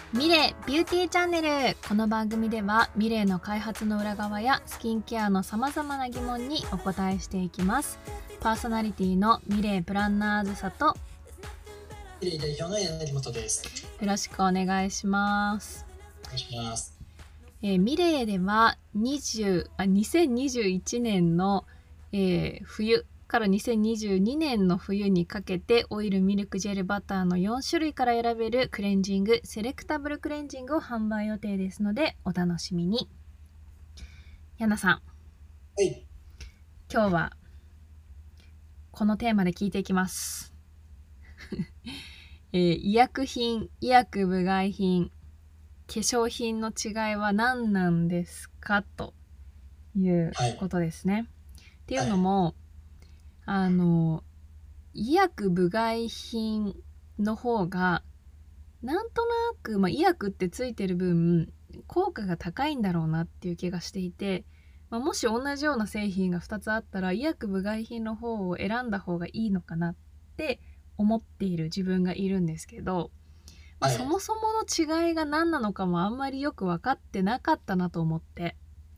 ミレイビューティーチャンネル。この番組ではミレイの開発の裏側やスキンケアのさまざまな疑問にお答えしていきます。パーソナリティのミレイプランナーずさと、 ミレイ代表の柳本です。 よろしくお願いします。 お願いします。 ミレイでは2021年の、冬から2022年の冬にかけてオイル、ミルク、ジェル、バターの4種類から選べるクレンジング、セレクタブルクレンジングを販売予定ですのでお楽しみに。ヤナさん、 はい。 今日はこのテーマで聞いていきます。医薬品、医薬部外品、化粧品の違いは何なんですかということですね。っていうのも、医薬部外品の方がなんとなく、医薬ってついてる分効果が高いんだろうなっていう気がしていて、もし同じような製品が2つあったら医薬部外品の方を選んだ方がいいのかなって思っている自分がいるんですけど、そもそもの違いが何なのかもあんまりよく分かってなかったなと思って、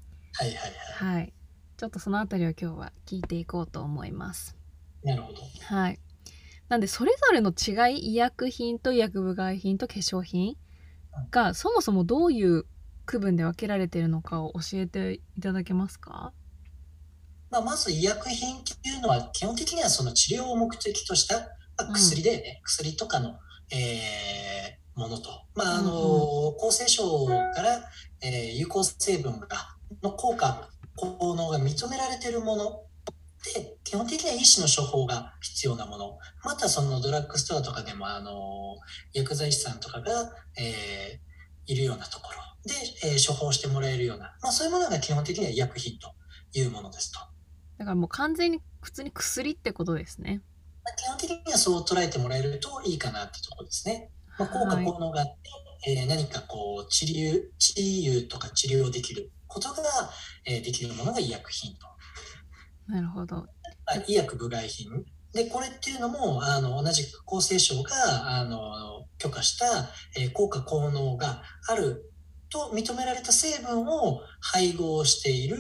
ちょっとそのあたりを今日は聞いていこうと思います。 なるほど。 なんでそれぞれの違い、医薬品と医薬部外品と化粧品がそもそもどういう区分で分けられているのかを教えていただけますか？ まず医薬品っていうのは基本的にはその治療を目的とした、薬で、薬とかの、ものと、厚生省から、有効成分の効果、効能が認められているもので、基本的には医師の処方が必要なもの、またそのドラッグストアとかでも薬剤師さんとかが、いるようなところで、処方してもらえるような、そういうものが基本的には医薬品というものですと。 だからもう完全に普通に薬ってことですね。 基本的にはそう捉えてもらえるといいかなってところですね。効果効能があって、何かこう治癒とか治療できることが、できるものが医薬品と。 なるほど。 医薬部外品で、これっていうのも同じく厚生省が許可した、効果効能があると認められた成分を配合している、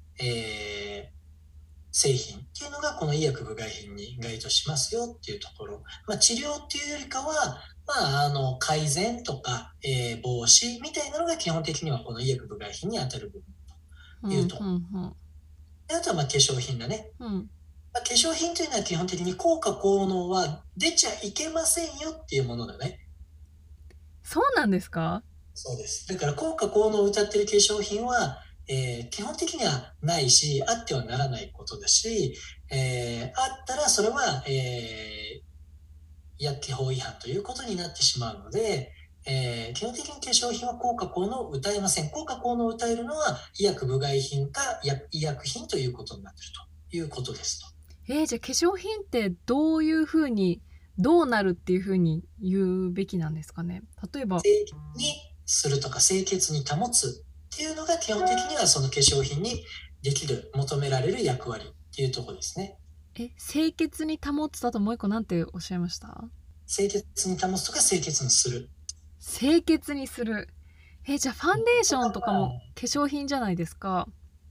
製品っていうのがこの医薬部外品に該当しますよっていうところ、治療っていうよりかは、改善とか、防止みたいなのが基本的にはこの医薬部外品に当たる部分というと、であとは化粧品だね。化粧品というのは基本的に効果効能は出ちゃいけませんよっていうものだね。 そうなんですか？ そうです。だから効果効能を謳っている化粧品は、基本的にはないし、あってはならないことだし、あったらそれは、医薬品法違反ということになってしまうので、基本的に化粧品は効果効能を謳えません。効果効能を謳えるのは医薬部外品か医薬品ということになっているということですと。 じゃあ化粧品ってどういうふうにどうなるっていうふうに言うべきなんですかね。例えば清潔にするとか清潔に保つっていうのが基本的にはその化粧品にできる求められる役割っていうところですね。 清潔に保つだともう一個なんておっしゃいました？ 清潔に保つとか清潔にする。 清潔にする。じゃあファンデーションとかも化粧品じゃないですか。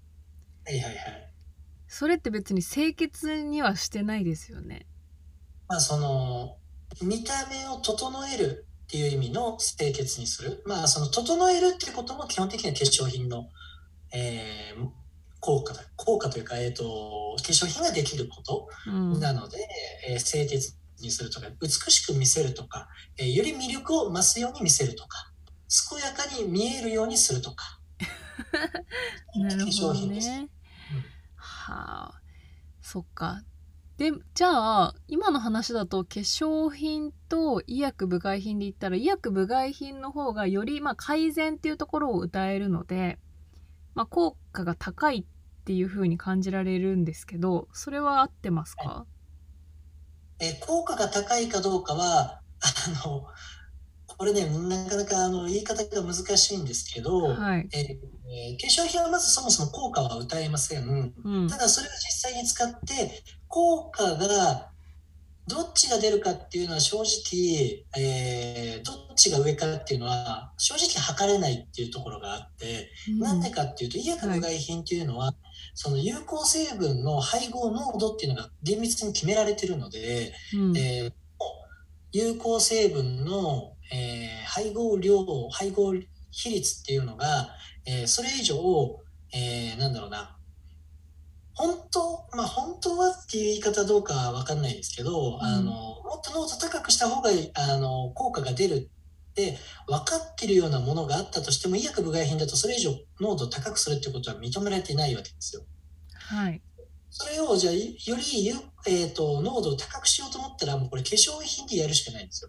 それって別に清潔にはしてないですよね。 その見た目を整えるっていう意味の清潔にする。その整えるっていうことも基本的には化粧品の、効果というか、化粧品ができることなので、清潔にするとか、美しく見せるとか、より魅力を増すように見せるとか、健やかに見えるようにするとか。 なるほどね。そっか。で、じゃあ今の話だと化粧品と医薬部外品で言ったら医薬部外品の方がより改善っていうところを謳えるので、効果が高いっていう風に感じられるんですけど、それは合ってますか？ 効果が高いかどうかはこれね、なかなか言い方が難しいんですけど、化粧品はまずそもそも効果は謳えません。ただそれを実際に使って効果がどっちが出るかっていうのは正直、どっちが上かっていうのは正直測れないっていうところがあって、なんでかっていうと、医薬部外品っていうのは、その有効成分の配合濃度っていうのが厳密に決められているので、有効成分の、配合量、配合比率っていうのが、それ以上、なんだろうな、本当はっていう言い方どうかわかんないですけど、もっと濃度高くした方が、効果が出るって分かっているようなものがあったとしても、医薬部外品だとそれ以上濃度を高くするってことは認められていないわけですよ。 はい。 それをじゃあより、濃度を高くしようと思ったら、もうこれ化粧品でやるしかないんですよ。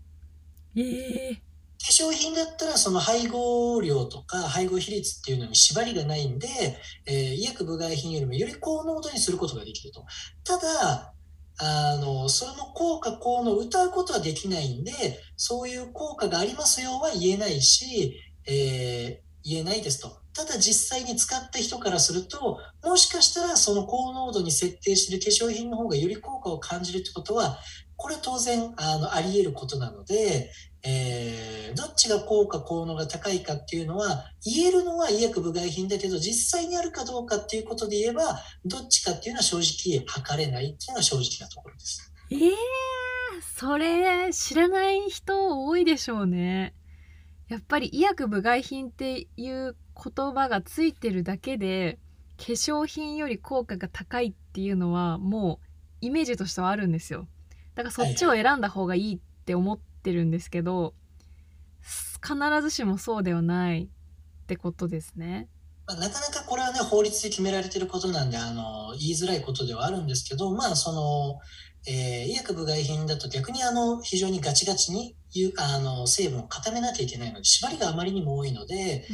化粧品だったらその配合量とか配合比率っていうのに縛りがないんで、医薬部外品よりもより高濃度にすることができると。ただ、その効果効能を謳うことはできないんで、そういう効果がありますよは言えないし、言えないですと。ただ実際に使った人からすると、もしかしたらその高濃度に設定している化粧品の方がより効果を感じるってことは、これ当然あり得ることなので、どっちが効果効能が高いかっていうのは言えるのは医薬部外品だけど、実際にあるかどうかっていうことで言えばどっちかっていうのは正直測れないっていうのが正直なところです。 それ知らない人多いでしょうね。やっぱり医薬部外品っていう言葉がついてるだけで化粧品より効果が高いっていうのはもうイメージとしてはあるんですよ。だからそっちを選んだ方がいいって思ってるんですけど、必ずしもそうではないってことですね。 なかなかこれはね、法律で決められていることなんで、言いづらいことではあるんですけど、医薬部外品だと逆に非常にガチガチに成分を固めなきゃいけないので、縛りがあまりにも多いので、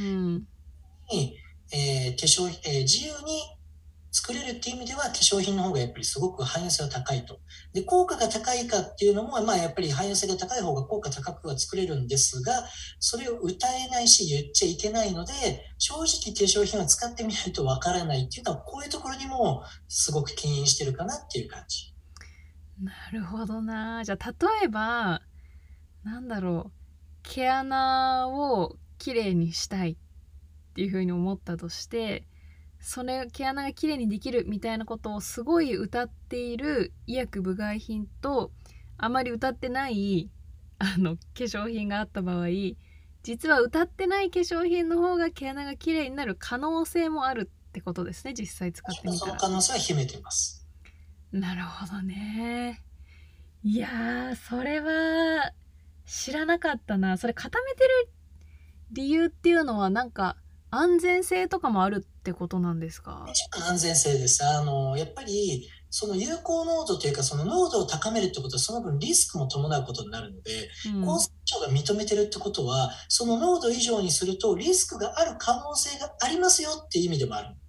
自由に作れるっていう意味では化粧品の方がやっぱりすごく汎用性は高いと。で、効果が高いかっていうのも、やっぱり汎用性が高い方が効果高くは作れるんですが、それを歌えないし言っちゃいけないので、正直化粧品は使ってみないとわからないっていうのは、こういうところにもすごく起因してるかなっていう感じ。 なるほどな。じゃあ例えばなんだろう、毛穴をきれいにしたいっていう風に思ったとして、それ毛穴がきれいにできるみたいなことをすごい歌っている医薬部外品と、あまり歌ってない化粧品があった場合、実は歌ってない化粧品の方が毛穴がきれいになる可能性もあるってことですね、実際使ってみたら。 その可能性は秘めています。 なるほどね。いやー、それは知らなかったな。それ固めてる理由っていうのはなんか安全性とかもあるってことなんですか？ 一番安全性です。やっぱり、その有効濃度というか、その濃度を高めるってことは、その分リスクも伴うことになるので、厚生省が認めてるってことは、その濃度以上にするとリスクがある可能性がありますよっていう意味でもある。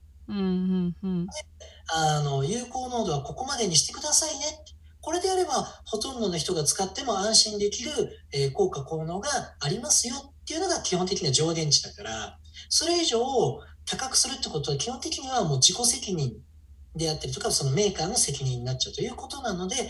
有効濃度はここまでにしてくださいね。これであれば、ほとんどの人が使っても安心できる、効果効能がありますよっていうのが基本的な上限値だから、それ以上高くするってことは基本的にはもう自己責任であったりとか、そのメーカーの責任になっちゃうということなので、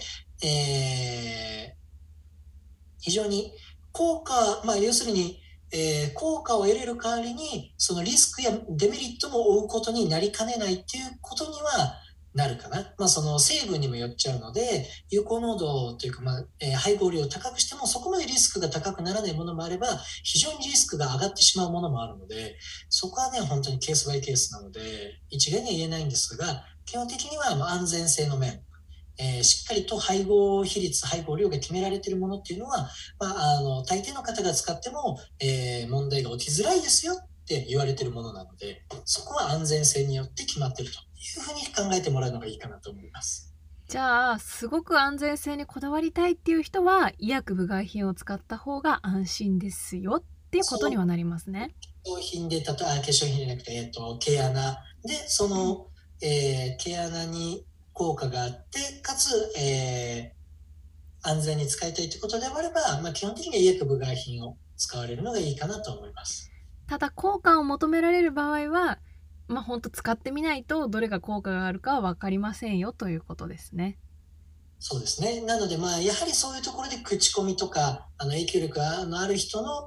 非常に効果、要するに、効果を得れる代わりに、そのリスクやデメリットも負うことになりかねないっていうことにはなるかな。その成分にもよっちゃうので、有効濃度というか、配合量を高くしても、そこまでリスクが高くならないものもあれば、非常にリスクが上がってしまうものもあるので、そこはね、本当にケースバイケースなので、一概には言えないんですが、基本的には安全性の面、しっかりと配合比率、配合量が決められているものっていうのは、大抵の方が使っても、問題が起きづらいですよって言われているものなので、そこは安全性によって決まっているというふうに考えてもらうのがいいかなと思います。 じゃあすごく安全性にこだわりたいっていう人は医薬部外品を使った方が安心ですよっていうことにはなりますね。 化粧品で、化粧品じゃなくて、毛穴で、その、毛穴に効果があって、かつ、安全に使いたいということであれば、基本的には医薬部外品を使われるのがいいかなと思います。 ただ効果を求められる場合は、本当使ってみないとどれが効果があるかは分かりませんよということですね。 そうですね。なので、やはりそういうところで口コミとか、影響力のある人の、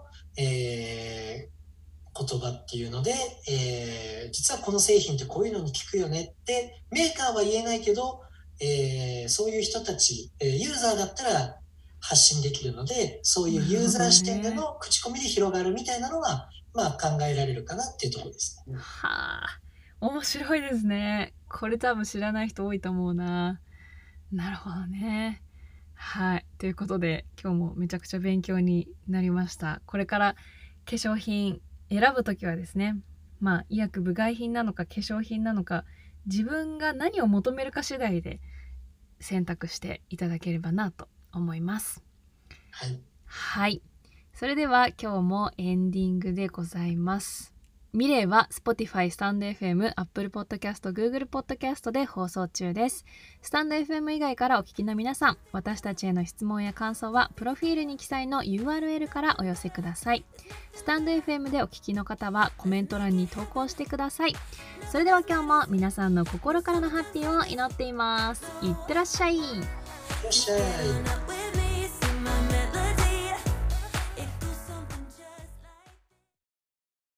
言葉っていうので、実はこの製品ってこういうのに効くよねって、メーカーは言えないけど、そういう人たち、ユーザーだったら発信できるので、そういうユーザー視点での口コミで広がるみたいなのが、考えられるかなっていうところですね。 はあ、面白いですね。これ多分知らない人多いと思うな。なるほどね。はい。ということで、今日もめちゃくちゃ勉強になりました。これから化粧品選ぶときはですね、医薬部外品なのか化粧品なのか、自分が何を求めるか次第で選択していただければなと思います。 はい。 はい。それでは今日もエンディングでございます。ミレイは Spotify、スタンド FM、Apple Podcast、Google Podcast で放送中です。スタンド FM 以外からお聞きの皆さん、私たちへの質問や感想は、プロフィールに記載の URL からお寄せください。スタンド FM でお聞きの方は、コメント欄に投稿してください。それでは今日も皆さんの心からのハッピーを祈っています。いってらっしゃい。 いらっしゃい。